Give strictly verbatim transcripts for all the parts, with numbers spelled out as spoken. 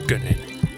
Ykkönen.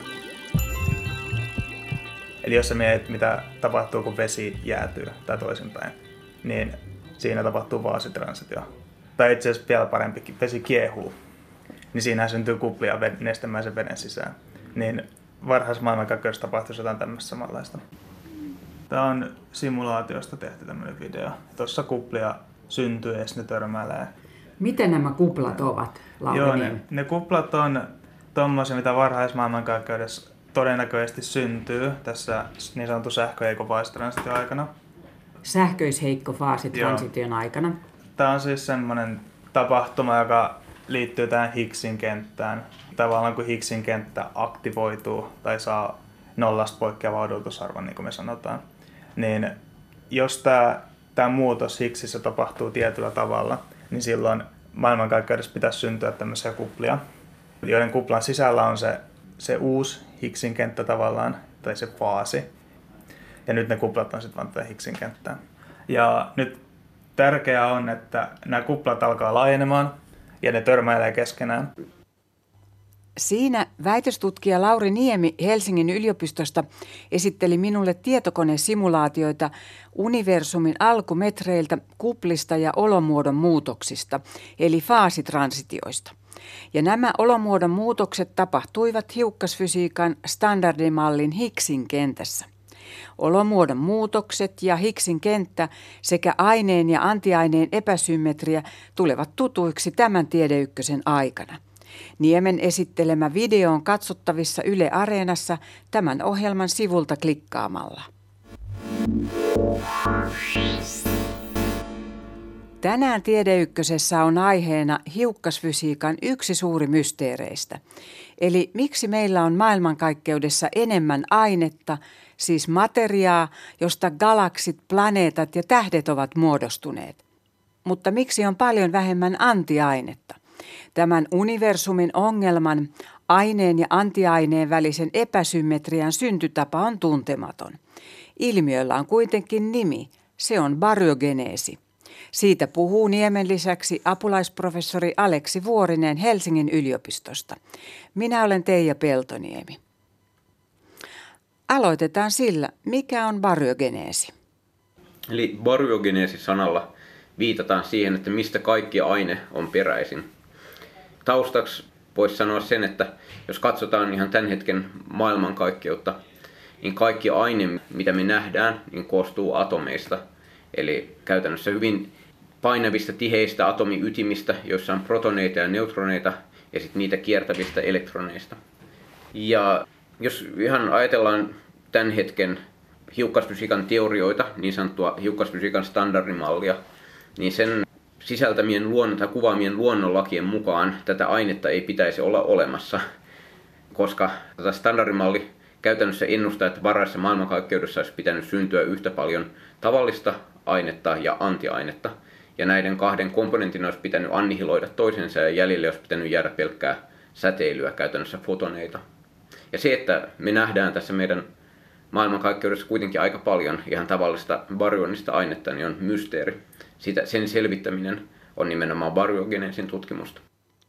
Eli jos sä mietit, mitä tapahtuu, kun vesi jäätyy tai toisinpäin, niin siinä tapahtuu vaasitransitio. Tai itse asiassa vielä parempikin, vesi kiehuu. Niin siinä syntyy kuplia nestemäisen veden sisään. Niin varhaismaailmankaikkeudessa tapahtuisi jotain tämmöistä samanlaista. Tämä on simulaatiosta tehty tämmöinen video. Tuossa kuplia syntyy ja sitten ne törmäilee. Miten nämä kuplat ovat, Lauri? Joo, ne, ne kuplat on tommosia, mitä varhaismaailmankaikkeudessa todennäköisesti syntyy tässä niin sanottu sähköheikkofaasitransitio aikana. Sähköisheikkofaasitransition aikana. Tämä on siis semmoinen tapahtuma, joka liittyy tähän Higgsin kenttään. Tavallaan kun Higgsin kenttä aktivoituu tai saa nollasta poikkeava odotusarvon, niin kuin me sanotaan, niin jos tämä, tämä muutos Higsissä tapahtuu tietyllä tavalla, niin silloin maailmankaikkeudessa pitäisi syntyä tämmöisiä kuplia, joiden kuplan sisällä on se, se uusi Higgsin kenttä tavallaan, tai se faasi. Ja nyt ne kuplat on sitten vaan tätä Higgsin kenttää. Ja nyt tärkeää on, että nämä kuplat alkaa laajenemaan ja ne törmäilee keskenään. Siinä väitöstutkija Lauri Niemi Helsingin yliopistosta esitteli minulle tietokonesimulaatioita universumin alkumetreiltä, kuplista ja olomuodon muutoksista, eli faasitransitioista. Ja nämä olomuodon muutokset tapahtuivat hiukkasfysiikan standardimallin Higgsin kentässä. Olomuodon muutokset ja Higgsin kenttä sekä aineen ja antiaineen epäsymmetria tulevat tutuiksi tämän Tiedeykkösen aikana. Niemen esittelemä video on katsottavissa Yle Areenassa tämän ohjelman sivulta klikkaamalla. Tänään Tiedeykkösessä on aiheena hiukkasfysiikan yksi suuri mysteereistä. Eli miksi meillä on maailmankaikkeudessa enemmän ainetta, siis materiaa, josta galaksit, planeetat ja tähdet ovat muodostuneet. Mutta miksi on paljon vähemmän antiainetta? Tämän universumin ongelman, aineen ja antiaineen välisen epäsymmetrian syntytapa on tuntematon. Ilmiöllä on kuitenkin nimi, se on baryogeneesi. Siitä puhuu Niemen lisäksi apulaisprofessori Aleksi Vuorinen Helsingin yliopistosta. Minä olen Teija Peltoniemi. Aloitetaan sillä, mikä on baryogeneesi. Eli baryogeneesi-sanalla viitataan siihen, että mistä kaikki aine on peräisin. Taustaksi voisi sanoa sen, että jos katsotaan ihan tämän hetken maailmankaikkeutta, niin kaikki aine, mitä me nähdään, niin koostuu atomeista. Eli käytännössä hyvin painavista, tiheistä atomiytimistä, joissa on protoneita ja neutroneita, ja sitten niitä kiertävistä elektroneista. Ja jos ihan ajatellaan tämän hetken hiukkasfysiikan teorioita, niin sanottua hiukkasfysiikan standardimallia, niin sen sisältämien luonnon tai kuvaamien luonnonlakien mukaan tätä ainetta ei pitäisi olla olemassa, koska tätä standardimalli käytännössä ennustaa, että varhaisessa maailmankaikkeudessa olisi pitänyt syntyä yhtä paljon tavallista ainetta ja antiainetta, ja näiden kahden komponentin olisi pitänyt annihiloida toisensa ja jäljelle olisi pitänyt jäädä pelkkää säteilyä, käytännössä fotoneita. Ja se, että me nähdään tässä meidän maailmankaikkeudessa kuitenkin aika paljon ihan tavallista baryonista ainetta, niin on mysteeri. Sitä, sen selvittäminen on nimenomaan baryogeneesin tutkimusta.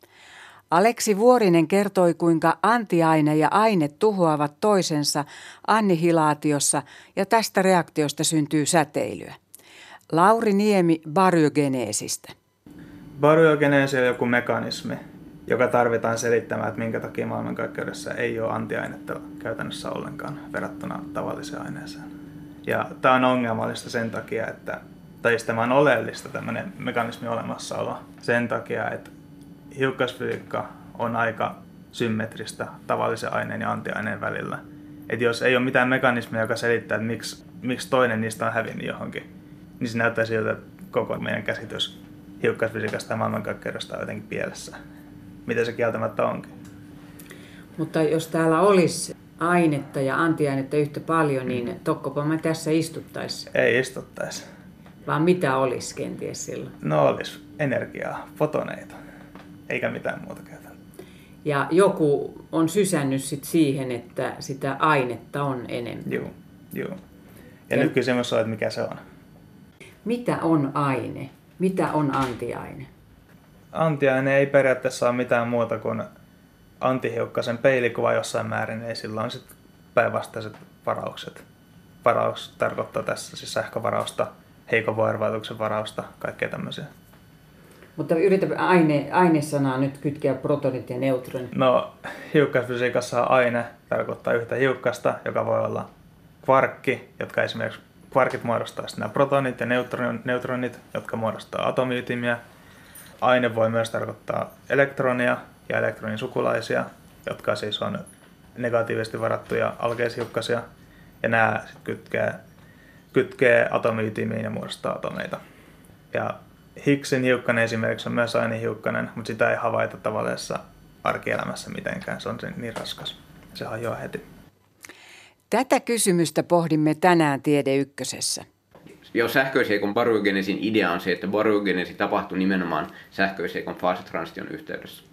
Aleksi Vuorinen kertoi, kuinka antiaine ja aine tuhoavat toisensa annihilaatiossa ja tästä reaktiosta syntyy säteilyä. Lauri Niemi baryogeneesistä. Baryogeneesi on joku mekanismi, joka tarvitaan selittämään, että minkä takia maailmankaikkeudessa ei ole antiainetta käytännössä ollenkaan verrattuna tavalliseen aineeseen. Ja tämä on ongelmallista sen takia, että tai tämä on oleellista tämmöinen mekanismi olemassaolo sen takia, että hiukkasfysiikka on aika symmetristä tavallisen aineen ja antiaineen välillä. Että jos ei ole mitään mekanismia, joka selittää, että miksi, miksi toinen niistä on hävinnyt johonkin, niin se näyttää siltä, että koko meidän käsitys hiukkasfysiikasta ja maailmankaikkeudesta on jotenkin pielessä. Mitä se kieltämättä onkin. Mutta jos täällä olisi ainetta ja antiainetta yhtä paljon, niin tokkopa me tässä istuttaisi. Ei istuttaisi. Vaan mitä olisi kenties silloin? No olisi energiaa, fotoneita, eikä mitään muuta käytännössä. Ja joku on sysännyt sit siihen, että sitä ainetta on enemmän. Joo, joo. Ja, ja nyt kysymys on, että mikä se on. Mitä on aine? Mitä on antiaine? Antiaine ei periaatteessa ole mitään muuta kuin antihiukkasen peilikuva jossain määrin, niin silloin sitten päinvastaiset varaukset. Varaus tarkoittaa tässä siis sähkövarausta, heikon vuorovaikutuksen varausta, kaikkea tämmöisiä. Mutta yritä aine, ainesanaa nyt kytkeä protonit ja neutronit. No, hiukkasfysiikassa aine tarkoittaa yhtä hiukkasta, joka voi olla kvarkki, jotka esimerkiksi kvarkit muodostaa nämä protonit ja neutronit, jotka muodostaa atomiytimiä. Aine voi myös tarkoittaa elektronia ja elektronin sukulaisia, jotka siis on negatiivisesti varattuja alkeishiukkasia. Ja nämä sit kytkee, kytkee atomiytimiin ja muodostaa atomeita. Ja Higgsin hiukkanen esimerkiksi on myös ainehiukkanen, mutta sitä ei havaita tavallisessa arkielämässä mitenkään. Se on niin raskas. Se hajoaa heti. Tätä kysymystä pohdimme tänään Tiede Ykkösessä. Jo sähköisheikon baryogeneesin idea on se, että baryogeneesi tapahtuu nimenomaan sähköisheikon faasitransition yhteydessä.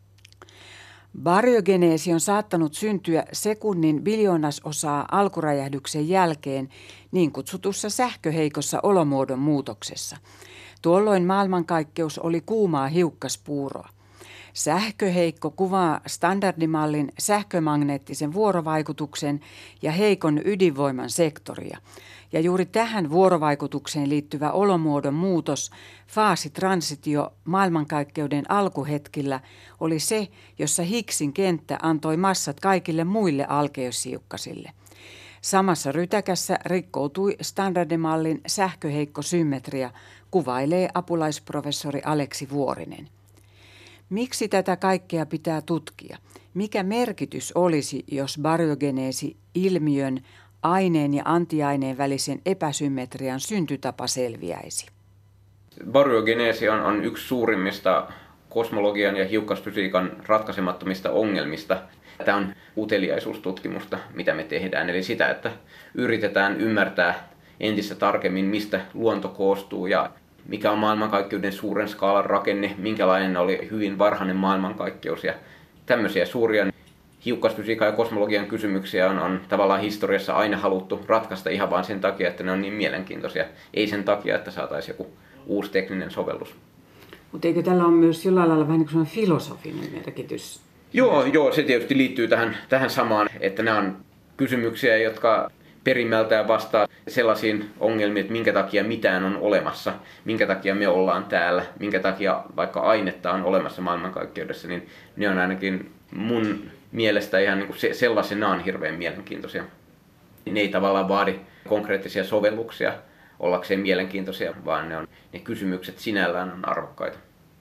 Baryogeneesi on saattanut syntyä sekunnin biljoonasosaa alkuräjähdyksen jälkeen niin kutsutussa sähköheikossa olomuodon muutoksessa. Tuolloin maailmankaikkeus oli kuumaa hiukkaspuuroa. Sähköheikko kuvaa standardimallin sähkömagneettisen vuorovaikutuksen ja heikon ydinvoiman sektoria. Ja juuri tähän vuorovaikutukseen liittyvä olomuodon muutos, faasitransitio maailmankaikkeuden alkuhetkillä, oli se, jossa Higgsin kenttä antoi massat kaikille muille alkeushiukkasille. Samassa rytäkässä rikkoutui standardimallin sähköheikko symmetria, kuvailee apulaisprofessori Aleksi Vuorinen. Miksi tätä kaikkea pitää tutkia? Mikä merkitys olisi, jos baryogeneesi ilmiön aineen ja antiaineen välisen epäsymmetrian syntytapa selviäisi? Baryogeneesi on, on yksi suurimmista kosmologian ja hiukkasfysiikan ratkaisemattomista ongelmista. Tämä on uteliaisuustutkimusta, mitä me tehdään, eli sitä, että yritetään ymmärtää entistä tarkemmin, mistä luonto koostuu ja mikä on maailmankaikkeuden suuren skaalan rakenne, minkälainen oli hyvin varhainen maailmankaikkeus. Ja tämmöisiä suuria hiukkasfysiikan ja kosmologian kysymyksiä on, on tavallaan historiassa aina haluttu ratkaista ihan vain sen takia, että ne on niin mielenkiintoisia. Ei sen takia, että saataisiin joku uusi tekninen sovellus. Mutta eikö tällä ole myös jollain lailla vähän niin kuin filosofinen merkitys? Joo, joo, se tietysti liittyy tähän, tähän samaan, että nämä on kysymyksiä, jotka perimmältään vastaa sellaisiin ongelmiin, että minkä takia mitään on olemassa, minkä takia me ollaan täällä, minkä takia vaikka ainetta on olemassa maailmankaikkeudessa, niin ne on ainakin mun mielestä ihan niin kuin se, sellaisenaan hirveän mielenkiintoisia. Ne ei tavallaan vaadi konkreettisia sovelluksia ollakseen mielenkiintoisia, vaan ne, on, ne kysymykset sinällään on arvokkaita.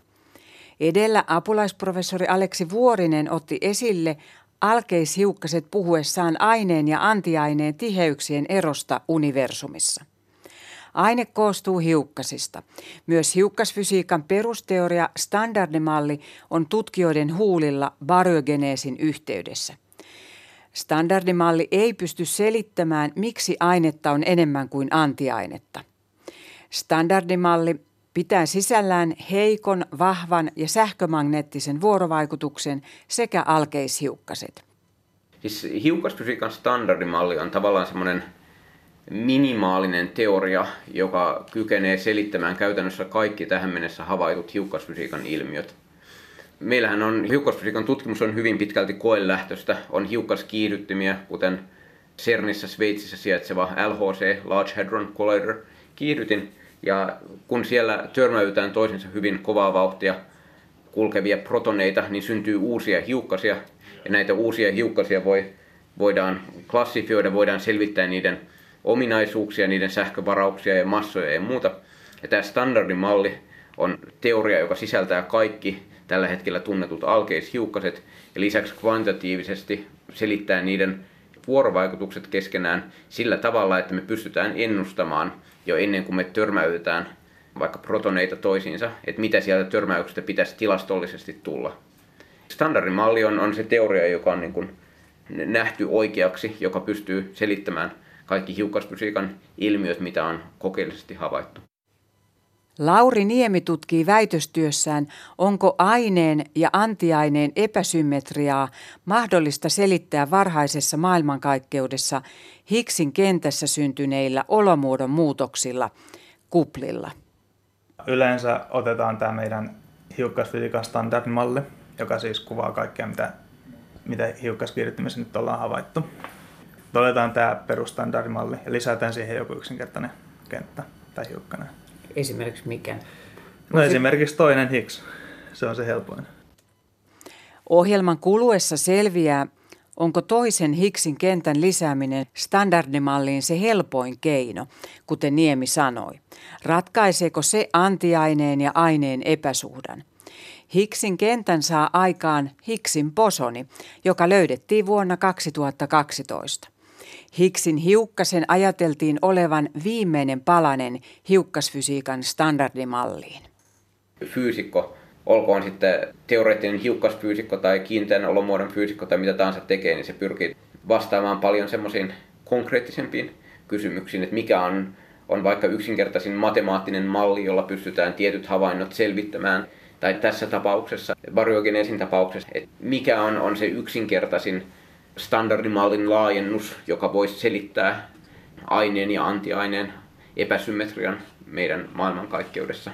Edellä apulaisprofessori Aleksi Vuorinen otti esille alkeishiukkaset puhuessaan aineen ja antiaineen tiheyksien erosta universumissa. Aine koostuu hiukkasista. Myös hiukkasfysiikan perusteoria standardimalli on tutkijoiden huulilla baryogeneesin yhteydessä. Standardimalli ei pysty selittämään, miksi ainetta on enemmän kuin antiainetta. Standardimalli pitää sisällään heikon, vahvan ja sähkömagneettisen vuorovaikutuksen sekä alkeishiukkaset. Siis hiukkasfysiikan standardimalli on tavallaan semmoinen minimaalinen teoria, joka kykenee selittämään käytännössä kaikki tähän mennessä havaitut hiukkasfysiikan ilmiöt. Meillähän on hiukkasfysiikan tutkimus on hyvin pitkälti koelähtöistä. On hiukkaskiihdyttimiä, kuten CERNissä Sveitsissä sijaitseva L H C, Large Hadron Collider, kiihdytin. Ja kun siellä törmäytään toisensa hyvin kovaa vauhtia kulkevia protoneita, niin syntyy uusia hiukkasia. Ja näitä uusia hiukkasia voi, voidaan klassifioida, voidaan selvittää niiden ominaisuuksia, niiden sähkövarauksia ja massoja ja muuta. Ja tämä standardimalli on teoria, joka sisältää kaikki tällä hetkellä tunnetut alkeishiukkaset ja lisäksi kvantitatiivisesti selittää niiden vuorovaikutukset keskenään sillä tavalla, että me pystytään ennustamaan jo ennen kuin me törmäytetään vaikka protoneita toisiinsa, että mitä sieltä törmäyksestä pitäisi tilastollisesti tulla. Standardimalli on, on se teoria, joka on niin kuin nähty oikeaksi, joka pystyy selittämään kaikki hiukkasfysiikan ilmiöt, mitä on kokeellisesti havaittu. Lauri Niemi tutkii väitöstyössään, onko aineen ja antiaineen epäsymmetriaa mahdollista selittää varhaisessa maailmankaikkeudessa Higgsin kentässä syntyneillä olomuodon muutoksilla, kuplilla. Yleensä otetaan tämä meidän hiukkasfysiikan standardimalli, joka siis kuvaa kaikkea, mitä mitä hiukkaskiihdyttimessä nyt ollaan havaittu. Otetaan tämä perustandardimalli ja lisätään siihen joku yksinkertainen kenttä tai hiukkanen. Esimerkiksi mikä? No esimerkiksi toinen Higgs. Se on se helpoin. Ohjelman kuluessa selviää, onko toisen Higgsin kentän lisääminen standardimalliin se helpoin keino, kuten Niemi sanoi. Ratkaiseeko se antiaineen ja aineen epäsuhdan? Higgsin kentän saa aikaan Higgsin bosoni, joka löydettiin vuonna kaksituhattakaksitoista. Higgsin hiukkasen ajateltiin olevan viimeinen palanen hiukkasfysiikan standardimalliin. Fyysikko, olkoon sitten teoreettinen hiukkasfyysikko tai kiinteän olomuodon fyysikko tai mitä tahansa tekee, niin se pyrkii vastaamaan paljon semmoisiin konkreettisempiin kysymyksiin, että mikä on, on vaikka yksinkertaisin matemaattinen malli, jolla pystytään tietyt havainnot selvittämään. Tai tässä tapauksessa, baryogeneesin tapauksessa, että mikä on, on se yksinkertaisin standardimallin laajennus, joka voisi selittää aineen ja antiaineen epäsymmetrian meidän maailmankaikkeudessa.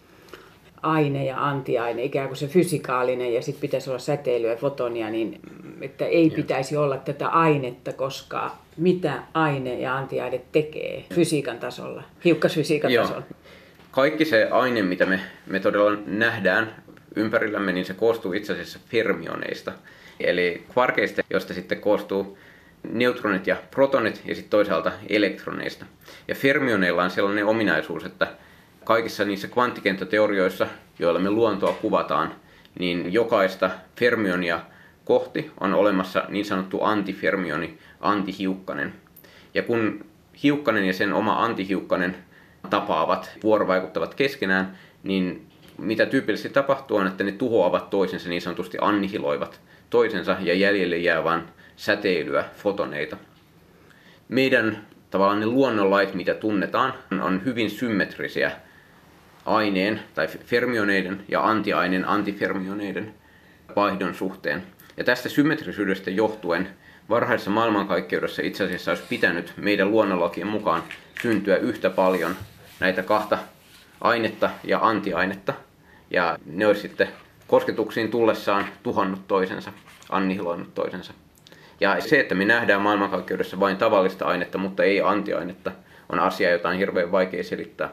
Aine ja antiaine, ikään kuin se fysikaalinen ja sitten pitäisi olla säteilyä ja fotonia, niin että ei pitäisi olla tätä ainetta, koska mitä aine ja antiaine tekee fysiikan tasolla, hiukkasfysiikan Joo. tasolla. Kaikki se aine, mitä me, me todella nähdään ympärillämme, niin se koostuu itse asiassa fermioneista. Eli kvarkeista, joista sitten koostuu neutronit ja protonit ja sitten toisaalta elektroneista. Ja fermioneilla on sellainen ominaisuus, että kaikissa niissä kvanttikenttäteorioissa, joilla me luontoa kuvataan, niin jokaista fermionia kohti on olemassa niin sanottu antifermioni, antihiukkanen. Ja kun hiukkanen ja sen oma antihiukkanen tapaavat, vuorovaikuttavat keskenään, niin mitä tyypillisesti tapahtuu on, että ne tuhoavat toisensa, niin sanotusti annihiloivat toisensa ja jäljelle jää vain säteilyä, fotoneita. Meidän tavallaan ne luonnonlait, mitä tunnetaan, on hyvin symmetrisiä aineen tai fermioneiden ja antiaineen, antifermioneiden vaihdon suhteen. Ja tästä symmetrisyydestä johtuen varhaisessa maailmankaikkeudessa itse asiassa olisi pitänyt meidän luonnonlakien mukaan syntyä yhtä paljon näitä kahta ainetta ja antiainetta. Ja ne olisi sitten kosketuksiin tullessaan tuhannut toisensa, annihiloinut toisensa. Ja se, että me nähdään maailmankaikkeudessa vain tavallista ainetta, mutta ei antiainetta, on asia, jota on hirveän vaikea selittää.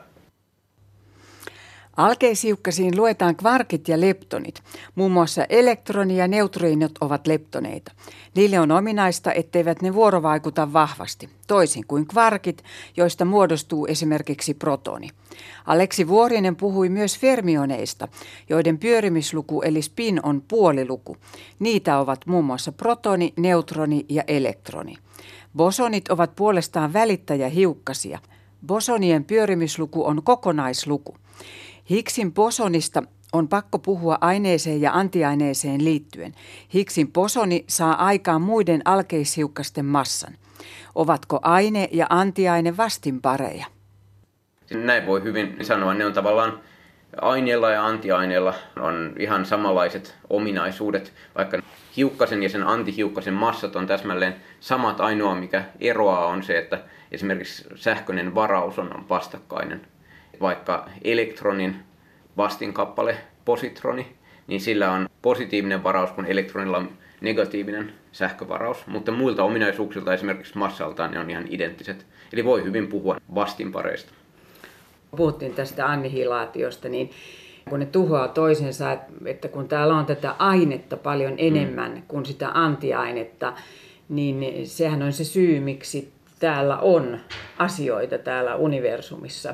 Alkeishiukkasiin luetaan kvarkit ja leptonit. Muun muassa elektroni ja neutriinot ovat leptoneita. Niille on ominaista, etteivät ne vuorovaikuta vahvasti, toisin kuin kvarkit, joista muodostuu esimerkiksi protoni. Aleksi Vuorinen puhui myös fermioneista, joiden pyörimisluku eli spin on puoliluku. Niitä ovat muun muassa protoni, neutroni ja elektroni. Bosonit ovat puolestaan välittäjähiukkasia. Bosonien pyörimisluku on kokonaisluku. Higgsin bosonista on pakko puhua aineeseen ja antiaineeseen liittyen. Higgsin bosoni saa aikaan muiden alkeishiukkasten massan. Ovatko aine ja antiaine vastinpareja? Näin voi hyvin sanoa. Ne on tavallaan aineella ja antiaineella on ihan samanlaiset ominaisuudet, vaikka hiukkasen ja sen antihiukkasen massat on täsmälleen samat. Ainoa mikä eroaa on se, että esimerkiksi sähköinen varaus on vastakkainen. Vaikka elektronin vastinkappale, positroni, niin sillä on positiivinen varaus, kun elektronilla on negatiivinen sähkövaraus, mutta muilta ominaisuuksilta, esimerkiksi massaltaan, ne on ihan identtiset. Eli voi hyvin puhua vastinpareista. Puhuttiin tästä annihilaatiosta, niin kun ne tuhoaa toisensa, että kun täällä on tätä ainetta paljon enemmän mm. kuin sitä antiainetta, niin sehän on se syy, miksi täällä on asioita täällä universumissa.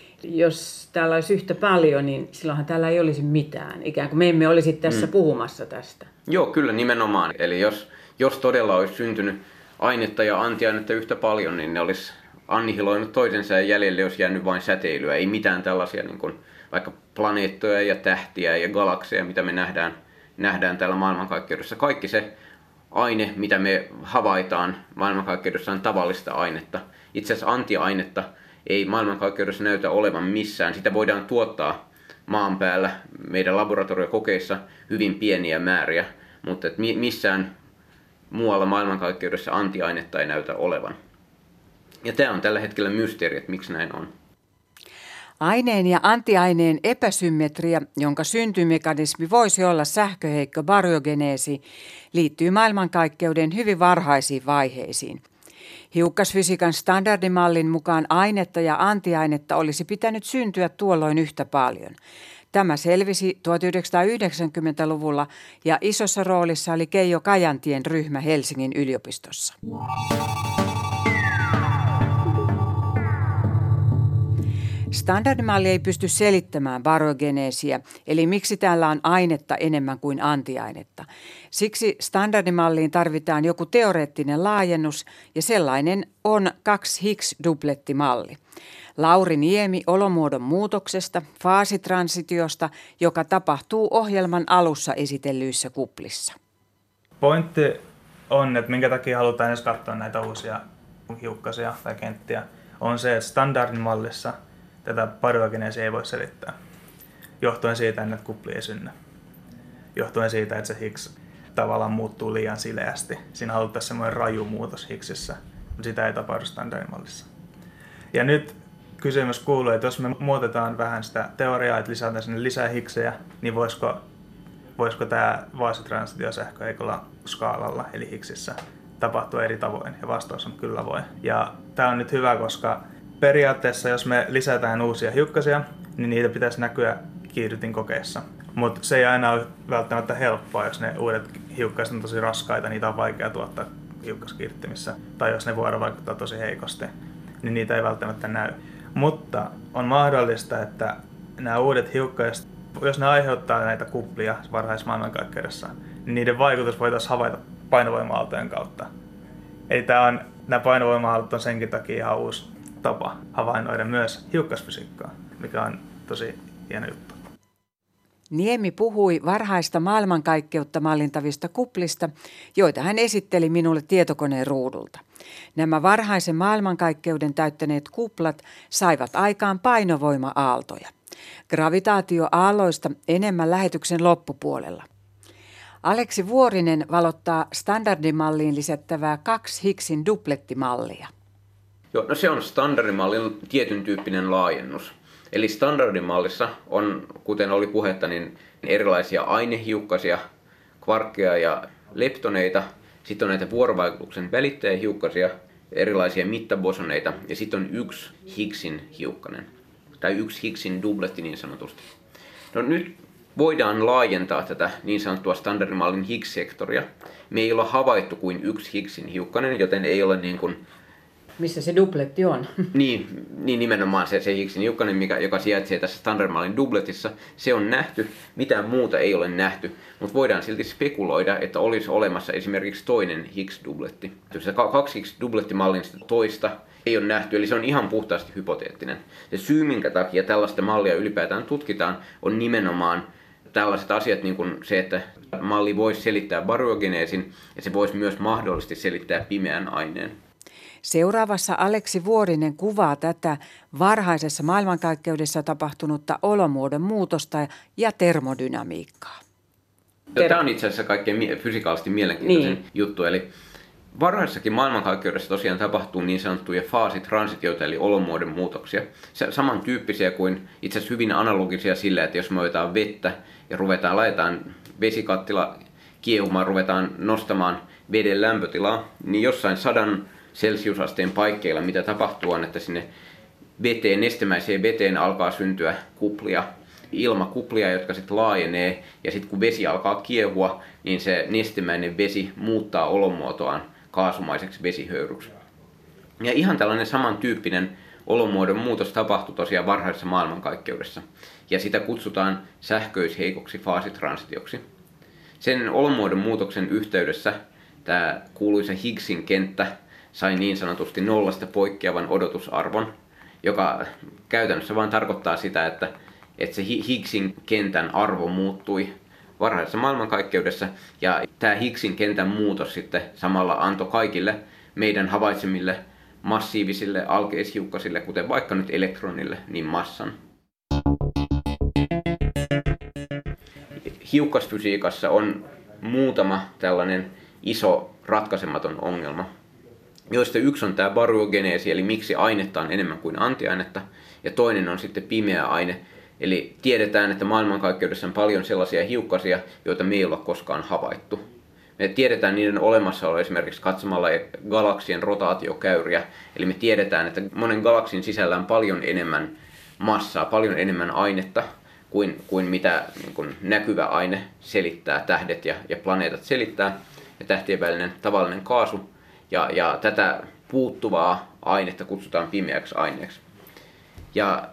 Jos täällä olisi yhtä paljon, niin silloinhan täällä ei olisi mitään. Ikään kuin me emme olisi tässä mm. puhumassa tästä. Joo, kyllä nimenomaan. Eli jos, jos todella olisi syntynyt ainetta ja antiainetta yhtä paljon, niin ne olisi annihiloinut toisensa ja jäljelle olisi jäänyt vain säteilyä. Ei mitään tällaisia niin kuin vaikka planeettoja ja tähtiä ja galakseja, mitä me nähdään, nähdään täällä maailmankaikkeudessa. Kaikki se aine, mitä me havaitaan maailmankaikkeudessa, on tavallista ainetta. Itse asiassa antiainetta ei maailmankaikkeudessa näytä olevan missään. Sitä voidaan tuottaa maan päällä meidän laboratoriokokeissa hyvin pieniä määriä, mutta et missään muualla maailmankaikkeudessa antiainetta ei näytä olevan. Ja tämä on tällä hetkellä mysteeri, että miksi näin on. Aineen ja antiaineen epäsymmetria, jonka syntymekanismi voisi olla sähköheikko baryogeneesi, liittyy maailmankaikkeuden hyvin varhaisiin vaiheisiin. Hiukkasfysiikan standardimallin mukaan ainetta ja antiainetta olisi pitänyt syntyä tuolloin yhtä paljon. Tämä selvisi tuhatyhdeksänsataayhdeksänkymmentäluvulla ja isossa roolissa oli Keijo Kajantien ryhmä Helsingin yliopistossa. Standardimalli ei pysty selittämään baryogeneesiä, eli miksi täällä on ainetta enemmän kuin antiainetta. Siksi standardimalliin tarvitaan joku teoreettinen laajennus, ja sellainen on kaksi Higgs-duplettimalli. Lauri Niemi olomuodon muutoksesta, faasitransitiosta, joka tapahtuu ohjelman alussa esitellyissä kuplissa. Pointti on, että minkä takia halutaan edes katsoa näitä uusia hiukkasia tai kenttiä, on se, että standardimallissa tätä baryogeneesiä ei voi selittää. Johtuen siitä, että kupli ei synny. Johtuen siitä, että se Higgs tavallaan muuttuu liian sileästi. Siinä haluttaisiin semmoinen raju muutos Higgsissa, mutta sitä ei tapahdu standardimallissa. Ja nyt kysymys kuuluu, että jos me muutetaan vähän sitä teoriaa, että lisätään sinne lisää Higgsejä, niin voisiko, voisiko tämä faasitransitiosähköheikolla skaalalla, eli Higgsissa, tapahtua eri tavoin? Ja vastaus on kyllä voi. Ja tämä on nyt hyvä, koska periaatteessa, jos me lisätään uusia hiukkasia, niin niitä pitäisi näkyä kiihdytinkokeissa. Mutta se ei aina ole välttämättä helppoa, jos ne uudet hiukkaset on tosi raskaita, niitä on vaikea tuottaa hiukkaskiihdyttimissä. Tai jos ne vuorovaikuttaa tosi heikosti, niin niitä ei välttämättä näy. Mutta on mahdollista, että nämä uudet hiukkaset, jos ne aiheuttaa näitä kuplia varhaismaailmankaikkeudessa, niin niiden vaikutus voitaisiin havaita painovoima-aaltojen kautta. Eli tämä on, nämä painovoima-aallot on senkin takia ihan uusi tapa havainnoida myös hiukkasfysiikkaa, mikä on tosi hieno juttu. Niemi puhui varhaista maailmankaikkeutta mallintavista kuplista, joita hän esitteli minulle tietokoneen ruudulta. Nämä varhaisen maailmankaikkeuden täyttäneet kuplat saivat aikaan painovoima-aaltoja. Gravitaatioaalloista enemmän lähetyksen loppupuolella. Aleksi Vuorinen valottaa standardimalliin lisättävää kaksi Higgsin duplettimallia. Joo, no se on standardimallin tietyn tyyppinen laajennus. Eli standardimallissa on, kuten oli puhetta, niin erilaisia ainehiukkasia, kvarkkeja ja leptoneita. Sitten on näitä vuorovaikutuksen välittäjähiukkasia, erilaisia mittabosoneita ja sitten on yksi Higgsin hiukkanen. Tai yksi Higgsin dubletti niin sanotusti. No nyt voidaan laajentaa tätä niin sanottua standardimallin Higgs-sektoria. Me ei olla havaittu kuin yksi Higgsin hiukkanen, joten ei ole niin kuin missä se dupletti on. Niin, niin nimenomaan se, se Higgsin hiukkanen, mikä, joka sijaitsee tässä standardimallin dubletissa, se on nähty, mitään muuta ei ole nähty, mutta voidaan silti spekuloida, että olisi olemassa esimerkiksi toinen Higgs-dubletti. Se kaksi Higgs-dublettimallin toista ei ole nähty, eli se on ihan puhtaasti hypoteettinen. Se syy, minkä takia tällaista mallia ylipäätään tutkitaan, on nimenomaan tällaiset asiat, niin kuin se, että malli voisi selittää baryogeneesin ja se voisi myös mahdollisesti selittää pimeän aineen. Seuraavassa Aleksi Vuorinen kuvaa tätä varhaisessa maailmankaikkeudessa tapahtunutta olomuodon muutosta ja termodynamiikkaa. Tämä on itse asiassa kaikkein fysikaalisesti mielenkiintoisin niin. juttu. Eli varhaisessakin maailmankaikkeudessa tosiaan tapahtuu niin sanottuja faasitransitioita, eli olomuodon muutoksia. Samantyyppisiä kuin itse asiassa hyvin analogisia sillä, että jos me otetaan vettä ja ruvetaan, laitetaan vesikattila kiehumaan, ruvetaan nostamaan veden lämpötilaa, niin jossain sadan celsiusasteen paikkeilla, mitä tapahtuu, on, että sinne veteen, nestemäiseen veteen alkaa syntyä kuplia, ilmakuplia, jotka sitten laajenee, ja sitten kun vesi alkaa kiehua, niin se nestemäinen vesi muuttaa olomuotoaan kaasumaiseksi vesihöyryksi. Ja ihan tällainen samantyyppinen olomuodon muutos tapahtui tosiaan varhaisessa maailmankaikkeudessa, ja sitä kutsutaan sähköisheikoksi faasitransitioksi. Sen olomuodon muutoksen yhteydessä tämä kuuluisa Higgsin kenttä sai niin sanotusti nollasta poikkeavan odotusarvon, joka käytännössä vain tarkoittaa sitä, että, että se Higgsin kentän arvo muuttui varhaisessa maailmankaikkeudessa, ja tämä Higgsin kentän muutos sitten samalla antoi kaikille meidän havaitsemille massiivisille alkeishiukkasille, kuten vaikka nyt elektronille, niin massan. Hiukkasfysiikassa on muutama tällainen iso ratkaisematon ongelma. joista yksi on tämä baryogeneesi, eli miksi ainetta on enemmän kuin antiainetta, ja toinen on sitten pimeä aine, eli tiedetään, että maailmankaikkeudessa on paljon sellaisia hiukkasia, joita me ei ole koskaan havaittu. Me tiedetään niiden olemassaolo esimerkiksi katsomalla galaksien rotaatiokäyriä, eli me tiedetään, että monen galaksin sisällä on paljon enemmän massaa, paljon enemmän ainetta kuin, kuin mitä niin kuin näkyvä aine selittää, tähdet ja, ja planeetat selittää, ja tähtien välinen tavallinen kaasu, ja, ja tätä puuttuvaa ainetta kutsutaan pimeäksi aineeksi. Ja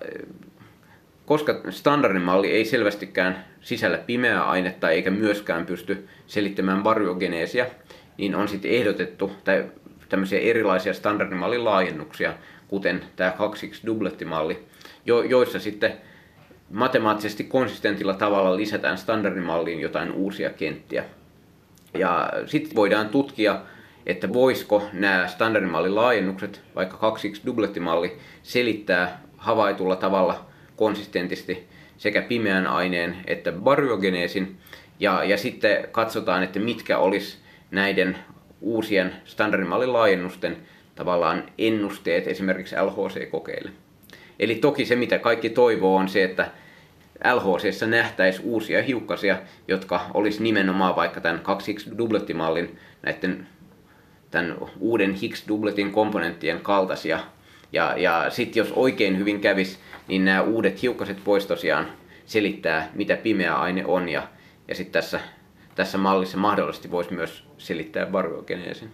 koska standardimalli ei selvästikään sisällä pimeää ainetta eikä myöskään pysty selittämään baryogeneesiä, niin on sitten ehdotettu tai tämmöisiä erilaisia standardimallin laajennuksia, kuten tämä kaksi x-dublettimalli, jo, joissa sitten matemaattisesti konsistentilla tavalla lisätään standardimalliin jotain uusia kenttiä. Ja sitten voidaan tutkia, että voisiko nämä standardimallin laajennukset, vaikka kaksi x-dublettimalli, selittää havaitulla tavalla konsistentisti sekä pimeän aineen että baryogeneesin, ja, ja sitten katsotaan, että mitkä olisi näiden uusien standardimallin laajennusten tavallaan ennusteet esimerkiksi L H C-kokeille. Eli toki se, mitä kaikki toivoo, on se, että L H C:ssä nähtäisiin uusia hiukkasia, jotka olisi nimenomaan vaikka tämän kaksi x-dublettimallin näiden tämän uuden Higgs-dubletin komponenttien kaltaisia. Ja, ja sitten jos oikein hyvin kävisi, niin nämä uudet hiukkaset voisi tosiaan selittää, mitä pimeä aine on. Ja, ja sitten tässä, tässä mallissa mahdollisesti voisi myös selittää baryogeneesin.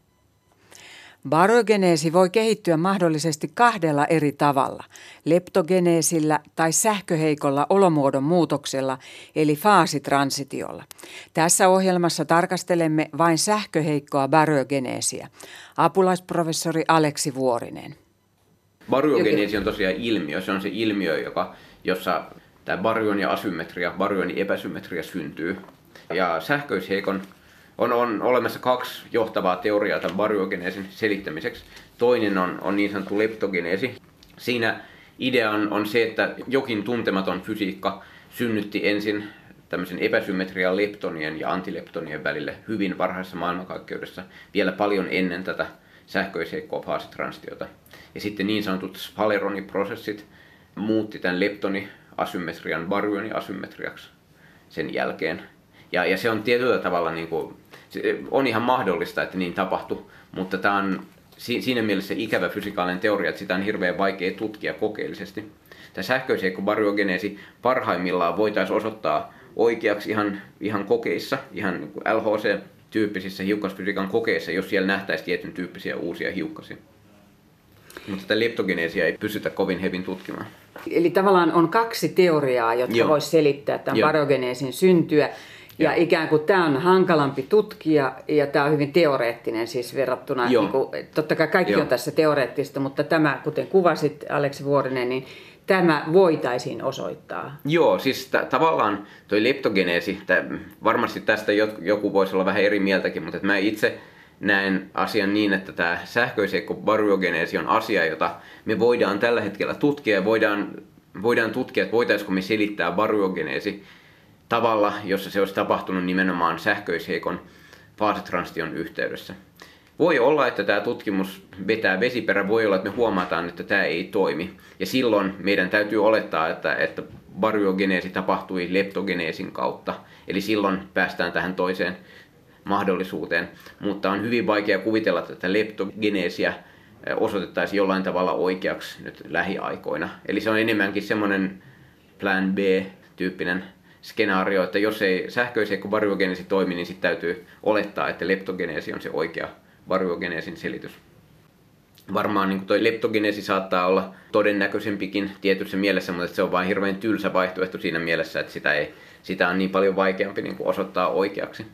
Baryogeneesi voi kehittyä mahdollisesti kahdella eri tavalla, leptogeneesillä tai sähköheikolla olomuodon muutoksella, eli faasitransitiolla. Tässä ohjelmassa tarkastelemme vain sähköheikkoa baryogeneesiä. Apulaisprofessori Aleksi Vuorinen. Baryogeneesi on tosiaan ilmiö. Se on se ilmiö, joka, jossa tämä baryon ja asymmetria, baryon ja epäsymmetria syntyy. Ja sähköisheikon On, on olemassa kaksi johtavaa teoriaa tämän baryogeneesin selittämiseksi. Toinen on, on niin sanottu leptogeneesi. Siinä idea on, on se, että jokin tuntematon fysiikka synnytti ensin tämmöisen epäsymmetrian leptonien ja antileptonien välille hyvin varhaisessa maailmankaikkeudessa, vielä paljon ennen tätä sähköisheikkoa faasitransitiota. Ja sitten niin sanotut Sphaleron-prosessit muutti tämän leptoni-asymmetrian baryoni-asymmetriaksi sen jälkeen. Ja, ja se on tietyllä tavalla, niin kuin, on ihan mahdollista, että niin tapahtui, mutta tämä on siinä mielessä ikävä fysikaalinen teoria, että sitä on hirveän vaikea tutkia kokeellisesti. Tämä sähköisheikko baryogeneesi parhaimmillaan voitaisiin osoittaa oikeaksi ihan, ihan kokeissa, ihan niin kuin L H C-tyyppisissä hiukkasfysiikan kokeissa, jos siellä nähtäisiin tietyn tyyppisiä uusia hiukkasia. Mutta tätä leptogeneesiä ei pystytä kovin hyvin tutkimaan. Eli tavallaan on kaksi teoriaa, jotka voisi selittää tämän baryogeneesin syntyä. Ja Joo. ikään kuin tämä on hankalampi tutkia ja tämä on hyvin teoreettinen siis verrattuna, niin kuin, totta kai kaikki Joo. on tässä teoreettista, mutta tämä, kuten kuvasit Aleksi Vuorinen, niin tämä voitaisiin osoittaa. Joo, siis t- tavallaan toi leptogeneesi, t- varmasti tästä joku voisi olla vähän eri mieltäkin, mutta mä itse näen asian niin, että tämä sähköisheikko baryogeneesi on asia, jota me voidaan tällä hetkellä tutkia ja voidaan, voidaan tutkia, että voitaisiko me selittää baryogeneesi tavalla, jossa se olisi tapahtunut nimenomaan sähköisheikon faasitransition yhteydessä. Voi olla, että tämä tutkimus vetää vesiperä, voi olla, että me huomataan, että tämä ei toimi. Ja silloin meidän täytyy olettaa, että, että baryogeneesi tapahtui leptogeneesin kautta. Eli silloin päästään tähän toiseen mahdollisuuteen. Mutta on hyvin vaikea kuvitella, että tätä leptogeneesiä osoitettaisiin jollain tavalla oikeaksi nyt lähiaikoina. Eli se on enemmänkin semmoinen plan B-tyyppinen skenaario, että jos ei sähköisheikko baryogeneesi toimi, niin sitten täytyy olettaa, että leptogeneesi on se oikea baryogeneesin selitys. Varmaan niin toi leptogeneesi saattaa olla todennäköisempikin tietyssä mielessä, mutta se on vain hirveän tylsä vaihtoehto siinä mielessä, että sitä, ei, sitä on niin paljon vaikeampi niin kuin osoittaa oikeaksi.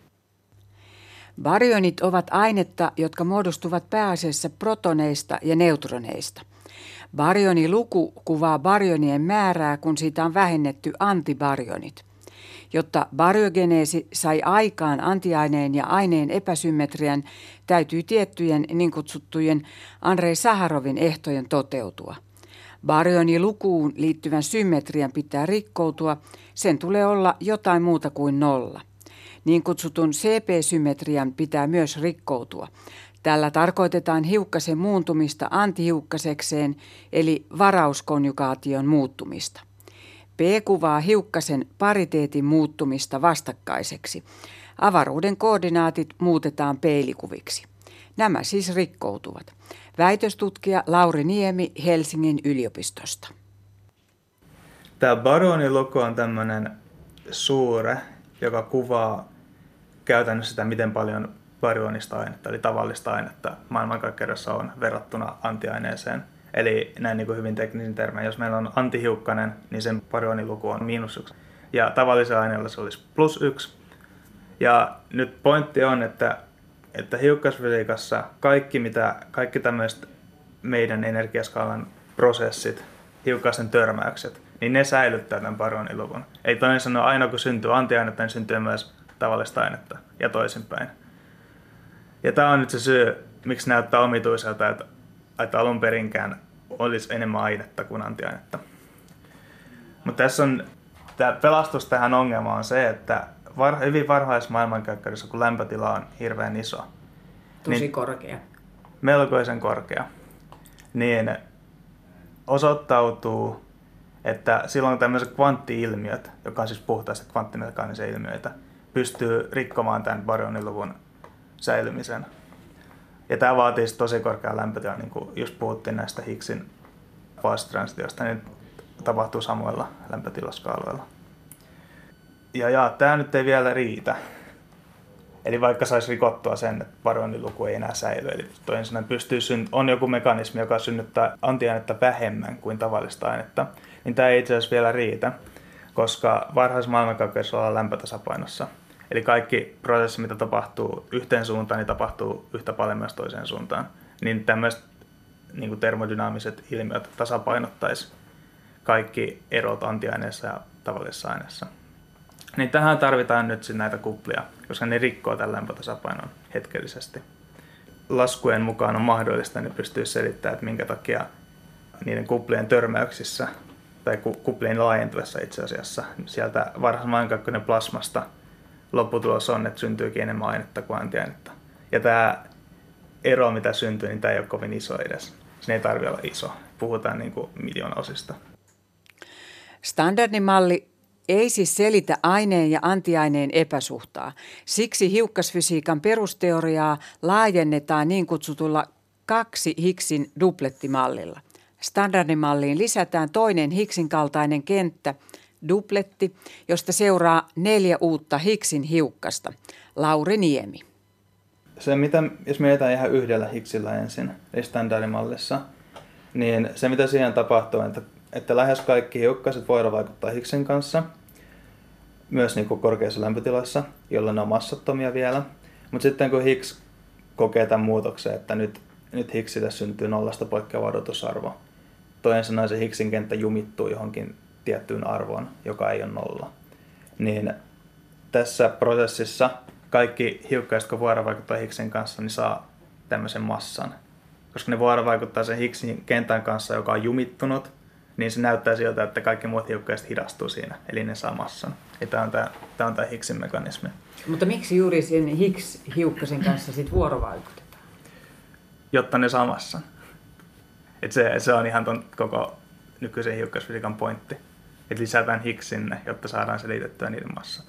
Baryonit ovat ainetta, jotka muodostuvat pääasiassa protoneista ja neutroneista. Baryoniluku kuvaa baryonien määrää, kun siitä on vähennetty antibaryonit. Jotta baryogeneesi sai aikaan antiaineen ja aineen epäsymmetrian, täytyy tiettyjen niin kutsuttujen Andrei Saharovin ehtojen toteutua. Baryonilukuun liittyvän symmetrian pitää rikkoutua, sen tulee olla jotain muuta kuin nolla. Niin kutsutun C P-symmetrian pitää myös rikkoutua. Tällä tarkoitetaan hiukkasen muuntumista antihiukkasekseen eli varauskonjugaation muuttumista. P kuvaa hiukkasen pariteetin muuttumista vastakkaiseksi. Avaruuden koordinaatit muutetaan peilikuviksi. Nämä siis rikkoutuvat. Väitöstutkija Lauri Niemi Helsingin yliopistosta. Tämä baroniluku on tämmöinen suure, joka kuvaa käytännössä sitä, miten paljon barionista ainetta, eli tavallista ainetta maailmankaikkeudessa on verrattuna antiaineeseen. Eli näin niin kuin hyvin teknisin termein, jos meillä on antihiukkanen, niin sen baryoniluku on miinus yksi. Ja tavallisella aineella se olisi plus yksi. Ja nyt pointti on, että, että hiukkasfysiikassa kaikki, mitä, kaikki tämmöiset meidän energiaskaalan prosessit, hiukkasen törmäykset, niin ne säilyttää tämän baryoniluvun. Ei toinen sanoa, aina kun syntyy antiainetta, niin syntyy myös tavallista ainetta ja toisinpäin. Ja tämä on nyt se syy, miksi näyttää omituiselta, että, että alun perinkään olisi enemmän ainetta kuin antiainetta. Mutta tässä on, tämä pelastus tähän ongelmaan on se, että var, hyvin varhaisessa maailmankaikkeudessa, kun lämpötila on hirveän iso. Tosi niin, korkea. Melkoisen korkea. Niin osoittautuu, että silloin tämmöiset kvantti-ilmiöt, joka on siis puhtaasti kvanttimekaanisia ilmiöitä, pystyy rikkomaan tämän baryoniluvun säilymisen. Ja tämä vaatii tosi korkeaa lämpötilaa, niin kuin just puhuttiin näistä Higgsin faastransitioista, niin tapahtuu samoilla lämpötilaskaaloilla. Ja, ja tämä nyt ei vielä riitä. Eli vaikka saisi rikottua sen, että baryoniluku ei enää säily, eli toisin sanoen pystyy synt- on joku mekanismi, joka synnyttää antiainetta vähemmän kuin tavallista ainetta, niin tämä ei itse asiassa vielä riitä, koska varhaisessa maailmankaikkeudessa ollaan lämpötasapainossa. Eli kaikki prosessi, mitä tapahtuu yhteen suuntaan, niin tapahtuu yhtä paljon myös toiseen suuntaan. Niin tämmöiset niin kuin termodynaamiset ilmiöt tasapainottaisi kaikki erot antiaineessa ja tavallisessa aineessa. Niin tähän tarvitaan nyt näitä kuplia, koska ne rikkoo tämän lämpötasapainon hetkellisesti. Laskujen mukaan on mahdollista, niin pystyy selittämään, että minkä takia niiden kuplien törmäyksissä tai kuplien laajentuessa itse asiassa sieltä varhaisen maailmankaikkeuden plasmasta lopputulos on, että syntyykin enemmän ainetta kuin antiainetta. Ja tämä ero, mitä syntyy, niin tämä ei ole kovin iso edes. Se ei tarvitse olla iso. Puhutaan niin kuin miljoonaosista. Standardimalli ei siis selitä aineen ja antiaineen epäsuhtaa. Siksi hiukkasfysiikan perusteoriaa laajennetaan niin kutsutulla kaksi Higgsin duplettimallilla. Standardimalliin lisätään toinen Higgsin kaltainen kenttä, dupletti, josta seuraa neljä uutta Higgsin hiukkasta. Lauri Niemi. Se, mitä, jos mietitään ihan yhdellä Higgsillä ensin, eli standardimallissa, niin se mitä siihen tapahtuu, että, että lähes kaikki hiukkaset voidaan vaikuttaa Higgsin kanssa, myös niin kuin korkeissa lämpötiloissa, jolloin ne on massattomia vielä. Mutta sitten kun Higgs kokee tämän muutoksen, että nyt, nyt Higgsille syntyy nollasta poikkeava odotusarvo, toinen sanoen se Higgsin kenttä jumittuu johonkin tiettyyn arvoon, joka ei ole nolla, niin tässä prosessissa kaikki hiukkaset, kun vuorovaikuttaa Higgsin kanssa, niin saa tämmöisen massan. Koska ne vuorovaikuttaa sen Higgsin kentän kanssa, joka on jumittunut, niin se näyttää siltä, että kaikki muut hiukkaset hidastuu siinä, eli ne saa massan. Ja tämä on tämä, tämä on tämä Higgsin mekanismi. Mutta miksi juuri sen Higgs-hiukkasen kanssa sit vuorovaikutetaan? Jotta ne saa massan. Et se, se on ihan ton koko nykyisen hiukkasfysiikan pointti. Että lisätään Higgs sinne, jotta saadaan selitettyä niiden massat.